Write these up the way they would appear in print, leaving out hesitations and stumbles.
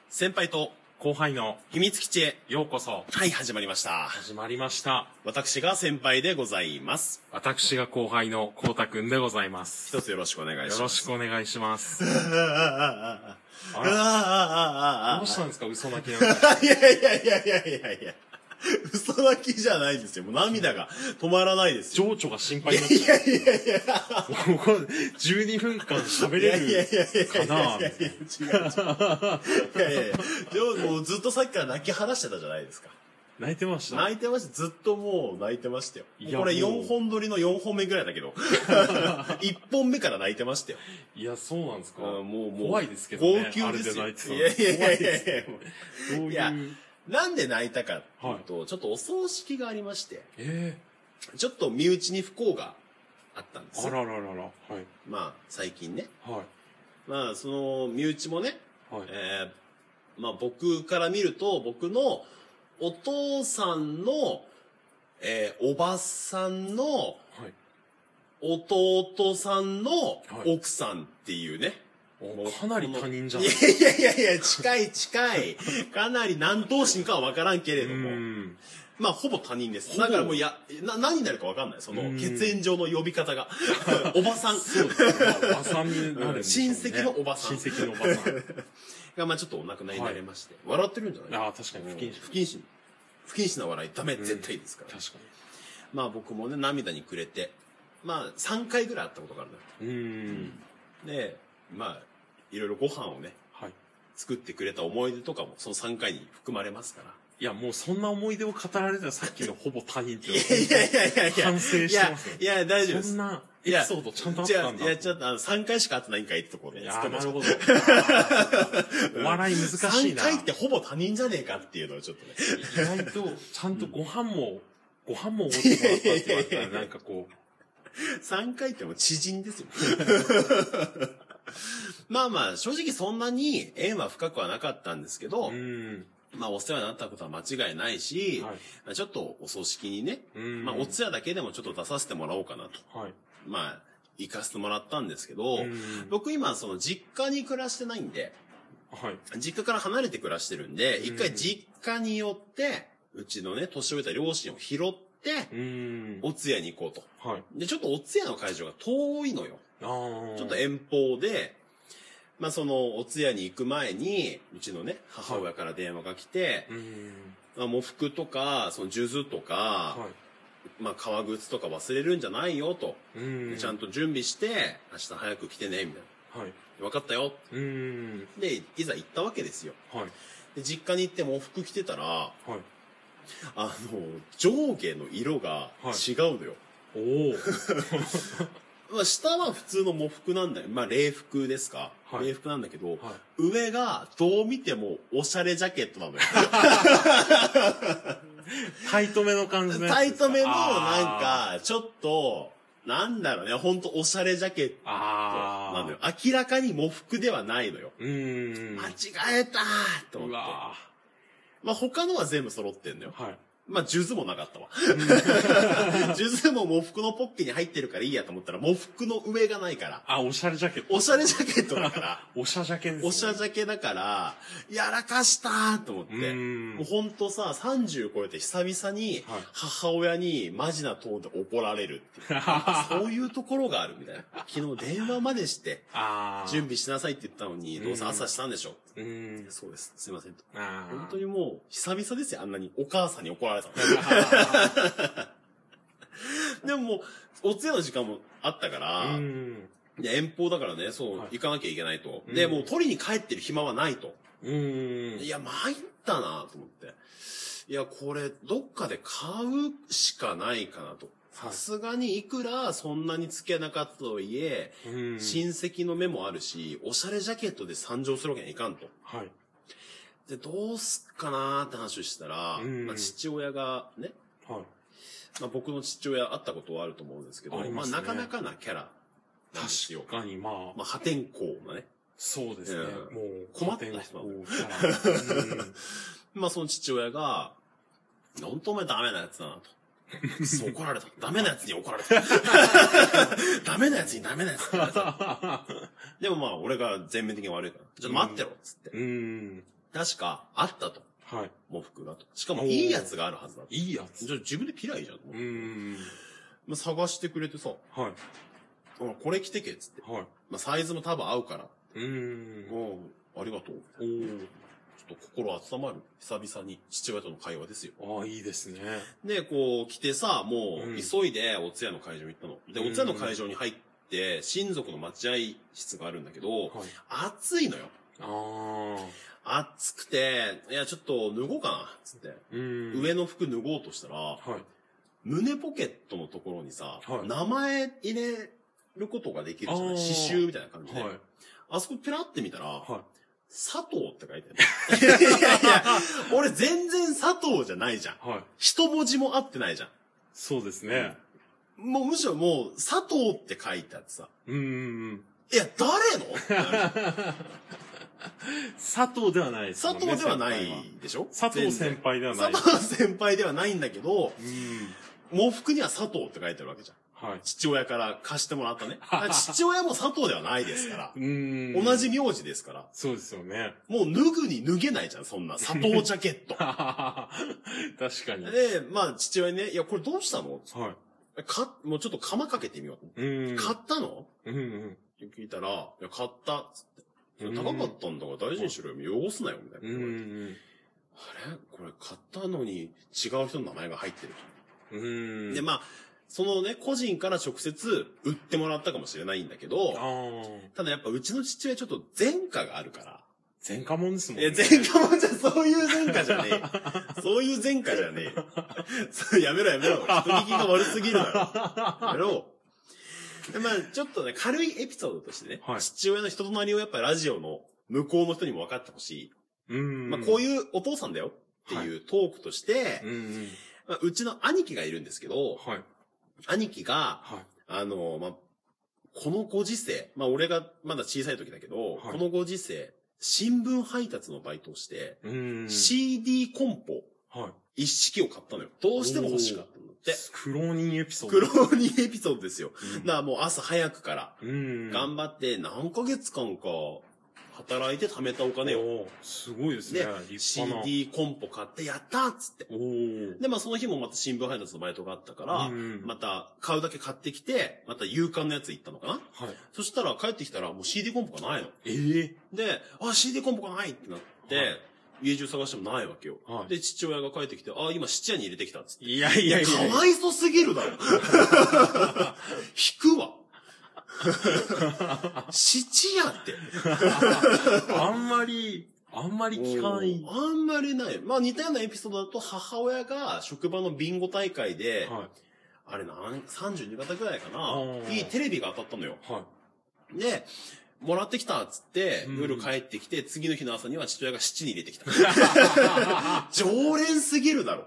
先輩と後輩の秘密基地へようこそ。 はい、始まりました。 始まりました。 私が先輩でございます。 私が後輩のこうたくんでございます。 一つよろしくお願いします。 よろしくお願いします。どうしたんですか、嘘泣きなんか。 いや、嘘泣きじゃないですよ。もう涙が止まらないですよ。 情緒が心配になっちゃう。いや。もうこれ12分間喋れるかな。 違う。でももうずっとさっきから泣き話してたじゃないですか。 泣いてました。 泣いてました。ずっともう泣いてましたよ。これ4本撮りの4本目ぐらいだけど。1本目から泣いてましたよ。 いや、そうなんですか。 もう怖いですけどね。 号泣ですよ。 あれで泣いてたの。いや、なんで泣いたかっていうと、ちょっとお葬式がありまして、ちょっと身内に不幸があったんですよ。 あらららら。はい。 まあ、最近ね。 はい。 まあ、その、身内もね、 はい。 まあ僕から見ると、僕のお父さんの、おばさんの、弟さんの奥さんっていうね。 かなり他人じゃないいや、近い。かなり何頭身かは分からんけれども。まあ、ほぼ他人です。だからもう何になるか分かんない。その、血縁上の呼び方が。おばさん。 そうですね。おばさんになるんでしょうね。 親戚のおばさん。 親戚のおばさん。 が、まあちょっとお亡くなりになりまして。笑ってるんじゃない？ ああ、確かに不謹慎。 不謹慎な笑い、ダメ、絶対ですから。 確かに。 まあ僕もね、涙にくれて、まあ3回ぐらいあったことがあるのよ。で、まあ、いろいろご飯をね、作ってくれた思い出とかもその3回に含まれますから。 いや、もうそんな思い出を語られたらさっきのほぼ他人って。 いや。 反省してますよ。 いや、大丈夫です。 そんなエピソードちゃんとあったんだ。 いや、ちょっと3回しか会ってないんかいってところで。 いや、なるほど。お笑い難しいな。 3回ってほぼ他人じゃねえかっていうのをちょっとね。 意外と、ちゃんとご飯もおごってもらったって言われたらなんかこう。 3回ってもう知人ですよ。まあ、正直そんなに縁は深くはなかったんですけど、まあお世話になったことは間違いないし、ちょっとお葬式にね、まあお通夜だけでもちょっと出させてもらおうかなと。まあ、行かせてもらったんですけど、僕今その実家に暮らしてないんで、実家から離れて暮らしてるんで、一回実家に寄って、うちのね、年老いた両親を拾って、お通夜に行こうと。で、ちょっとお通夜の会場が遠いのよ。ちょっと遠方で、まあそのお通夜に行く前に、うちのね、母親から電話が来て、まあ喪服とか、その数珠とか、まあ革靴とか忘れるんじゃないよと。ちゃんと準備して、明日早く来てね、みたいな。分かったよ。で、いざ行ったわけですよ。で、実家に行って喪服着てたら、上下の色が違うのよ。まあ下は普通の喪服なんだよ。まあ礼服ですか。礼服なんだけど、上がどう見てもおしゃれジャケットなのよ。 タイトめの感じね。 タイトめのなんか、ちょっと、なんだろうね、ほんとおしゃれジャケットなのよ。明らかに喪服ではないのよ。間違えたーと思って。まあ他のは全部揃ってんのよ。まあ、数珠もなかったわ。数珠も喪服のポッケに入ってるからいいやと思ったら、喪服の上がないから。 おしゃれジャケット。 おしゃれジャケットだから。 おしゃジャケですね。 おしゃジャケだから、やらかしたーと思って。もうほんとさ、30超えて久々に、母親にマジなトーンで怒られるっていう。そういうところがあるみたいな。昨日電話までして、準備しなさいって言ったのに、どうせ朝したんでしょ。そうです。すいませんと。本当にもう、久々ですよ、あんなにお母さんに怒られたの。でももう、お通夜の時間もあったから、遠方だからね、そう、行かなきゃいけないと。で、もう取りに帰ってる暇はないと。いや、参ったなと思って。いや、これ、どっかで買うしかないかなと。さすがにいくらそんなにつけなかったとはいえ、親戚の目もあるし、おしゃれジャケットで参上するわけにはいかんと。で、どうすっかなーって話をしたら、まあ、父親がね、まあ、僕の父親会ったことはあると思うんですけど、まあ、なかなかなキャラなんですよ。 確かに、まあ破天荒なね。 そうですね。もう、 困った人なんだ。まあ、その父親が、本当お前ダメなやつだなと。そう怒られた。ダメなやつに怒られた。ダメなやつにダメなやつに怒られた。でもまあ、俺が全面的に悪いから、ちょっと待ってろっつって。 確かあったと。 はい。 喪服がと。しかもいいやつがあるはずだと。 いいやつ？ じゃあ自分で着りゃいいじゃん。まあ、探してくれてさ。はい。これ着てけっつって。はい。まあ、サイズも多分合うから。ありがとう。ちょっと心温まる。久々に父親との会話ですよ。 ああ、いいですね。 で、こう来てさ、もう急いでお通夜の会場に行ったの。で、お通夜の会場に入って、親族の待合室があるんだけど、暑いのよ。暑くて、いや、ちょっと脱ごうかな、つって。上の服脱ごうとしたら、胸ポケットのところにさ、名前入れることができるじゃない？刺繍みたいな感じで。あそこペラって見たら、佐藤って書いてある。いやいや、俺全然佐藤じゃないじゃん。一文字も合ってないじゃん。 そうですね。 もうむしろもう佐藤って書いてあってさ。いや、誰の佐藤ではないですね。佐藤ではないでしょ？ 佐藤先輩ではない。 佐藤先輩ではないんだけど、喪服には佐藤って書いてあるわけじゃん。はい。父親から貸してもらったね。父親も佐藤ではないですから。同じ名字ですから。 そうですよね。 もう脱ぐに脱げないじゃん、そんな。佐藤ジャケット。確かに。 で、まあ父親にね、いや、これどうしたの？はい。もうちょっと釜かけてみよう。買ったの？聞いたら、いや、買った。つって。高かったんだから大事にしろよ。汚すなよ、みたいな。あれこれ買ったのに違う人の名前が入ってると。で、まあ、そのね、個人から直接売ってもらったかもしれないんだけど、ただやっぱうちの父親ちょっと前科があるから。 前科もんですもんね。 前科もんじゃ、そういう前科じゃねえ。そういう前科じゃねえ。やめろやめろ。人聞きが悪すぎるだろ。やめろ。でまあ、ちょっとね、軽いエピソードとしてね、父親の人となりをやっぱラジオの向こうの人にも分かってほしい。まあ、こういうお父さんだよっていうトークとして、まあ、うちの兄貴がいるんですけど、兄貴が、まあ、このご時世、まあ、俺がまだ小さい時だけど、このご時世、新聞配達のバイトをして、CD コンポ、一式を買ったのよ。どうしても欲しかったんだって。 苦労人エピソード。 苦労人エピソードですよ。だからもう朝早くから、頑張って何ヶ月間か、働いて貯めたお金を。 すごいですね。 で、CD コンポ買ってやったっつって。で、まあその日もまた新聞配達のバイトがあったから、また買うだけ買ってきて、また夕刊のやつ行ったのかな？はい。そしたら帰ってきたらもう CD コンポがないの。で、CD コンポがないってなって、家中探してもないわけよ。で、父親が帰ってきて、今質屋に入れてきたっつって。 いやいやいや。 かわいそすぎるだろ。引くわ。質屋って。 あんまり聞かない。 あんまりない。まあ似たようなエピソードだと母親が職場のビンゴ大会で、あれ32型ぐらいかな。いいテレビが当たったのよ。で、もらってきたっつって、夜帰ってきて、次の日の朝には父親が質に入れてきた。常連すぎるだろ。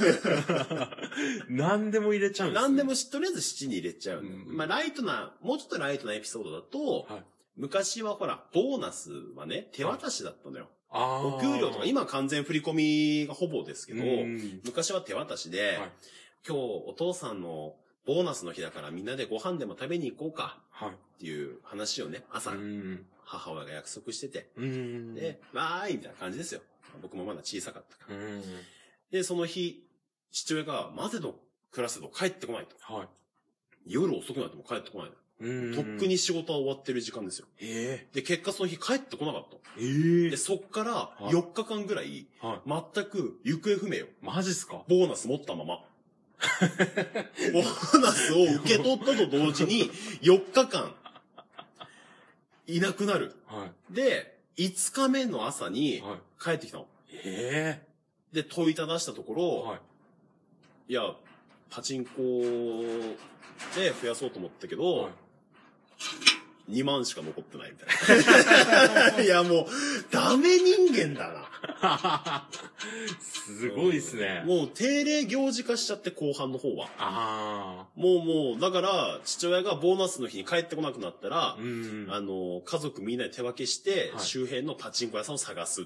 何でも入れちゃうんですね。 何でもとりあえず質に入れちゃう。まあもうちょっとライトなエピソードだと、昔はほら、ボーナスはね、手渡しだったのよ。お給料とか、今は完全振り込みがほぼですけど、昔は手渡しで、今日お父さんのボーナスの日だからみんなでご飯でも食べに行こうか。っていう話をね、朝、母親が約束してて。で、わーいみたいな感じですよ。僕もまだ小さかったから。で、その日、父親が待てど暮らせど帰ってこないと。夜遅くなっても帰ってこないの。とっくに仕事は終わってる時間ですよ。で、結果その日帰ってこなかった。で、そっから4日間ぐらい、全く行方不明よ。 マジっすか？ ボーナス持ったまま。ボーナスを受け取ったと同時に、4日間、いなくなる。で、5日目の朝に帰ってきたの。で、問いただしたところ、いや、パチンコで増やそうと思ったけど、2万しか残ってないみたいな。いや、もう、ダメ人間だな。 すごいですね。 もう定例行事化しちゃって、後半の方は。もう、だから、父親がボーナスの日に帰ってこなくなったら、家族みんなで手分けして、周辺のパチンコ屋さんを探すって。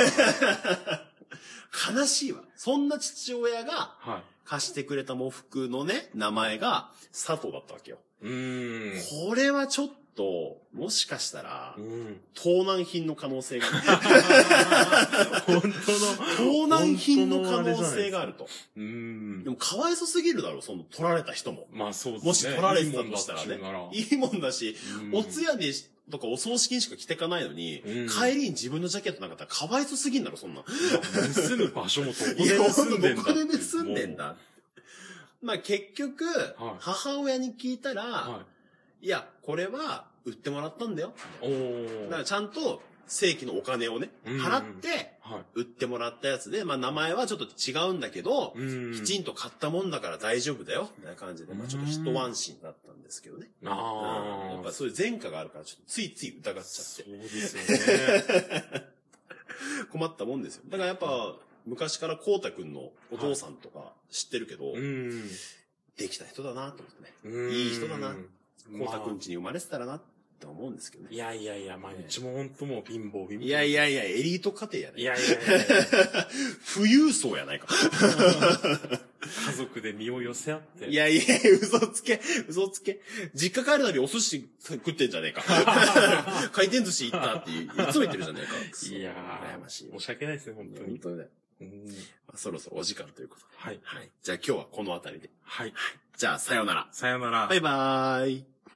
悲しいわ。そんな父親が、貸してくれた喪服のね、名前が佐藤だったわけよ。これはちょっと、もしかしたら、盗難品の可能性が、 本当の。 盗難品の可能性があると。 でもかわいそすぎるだろ、その取られた人も。 まあそうですね。 もし取られてたとしたらね。いいもんだし、お通夜にとかお葬式にしか着てかないのに、帰りに自分のジャケットなかったらかわいそすぎんだろ、そんな。 盗む場所もどこで盗んでんだ。 どこで盗んでんだ。まあ結局、母親に聞いたら、いや、これは売ってもらったんだよ。だからちゃんと正規のお金をね、払って、売ってもらったやつで、まあ名前はちょっと違うんだけど、きちんと買ったもんだから大丈夫だよ、みたいな感じで、まあちょっと一安心だったんですけどね。やっぱそういう前科があるから、ちょっとついつい疑っちゃって。そうですよね。 困ったもんですよ。だからやっぱ、昔からこうたくんのお父さんとか知ってるけど、できた人だなと思ってね。いい人だな。こうたくん家に生まれてたらなって思うんですけどね。 いやいやいや、まあうちもほんともう貧乏。 いやいやいや、エリート家庭やね。 いやいやいや。 富裕層やないか。 家族で身を寄せ合って。 いやいや、嘘つけ。実家帰るたびお寿司食ってんじゃねえか。回転寿司行ったっていつも言ってるじゃねえか。 いやー、羨ましい。申し訳ないですね、本当に。 本当にね。そろそろお時間ということで。 はい。 じゃあ今日はこのあたりで。 はい。 じゃあさようなら。 さようなら。 バイバーイ。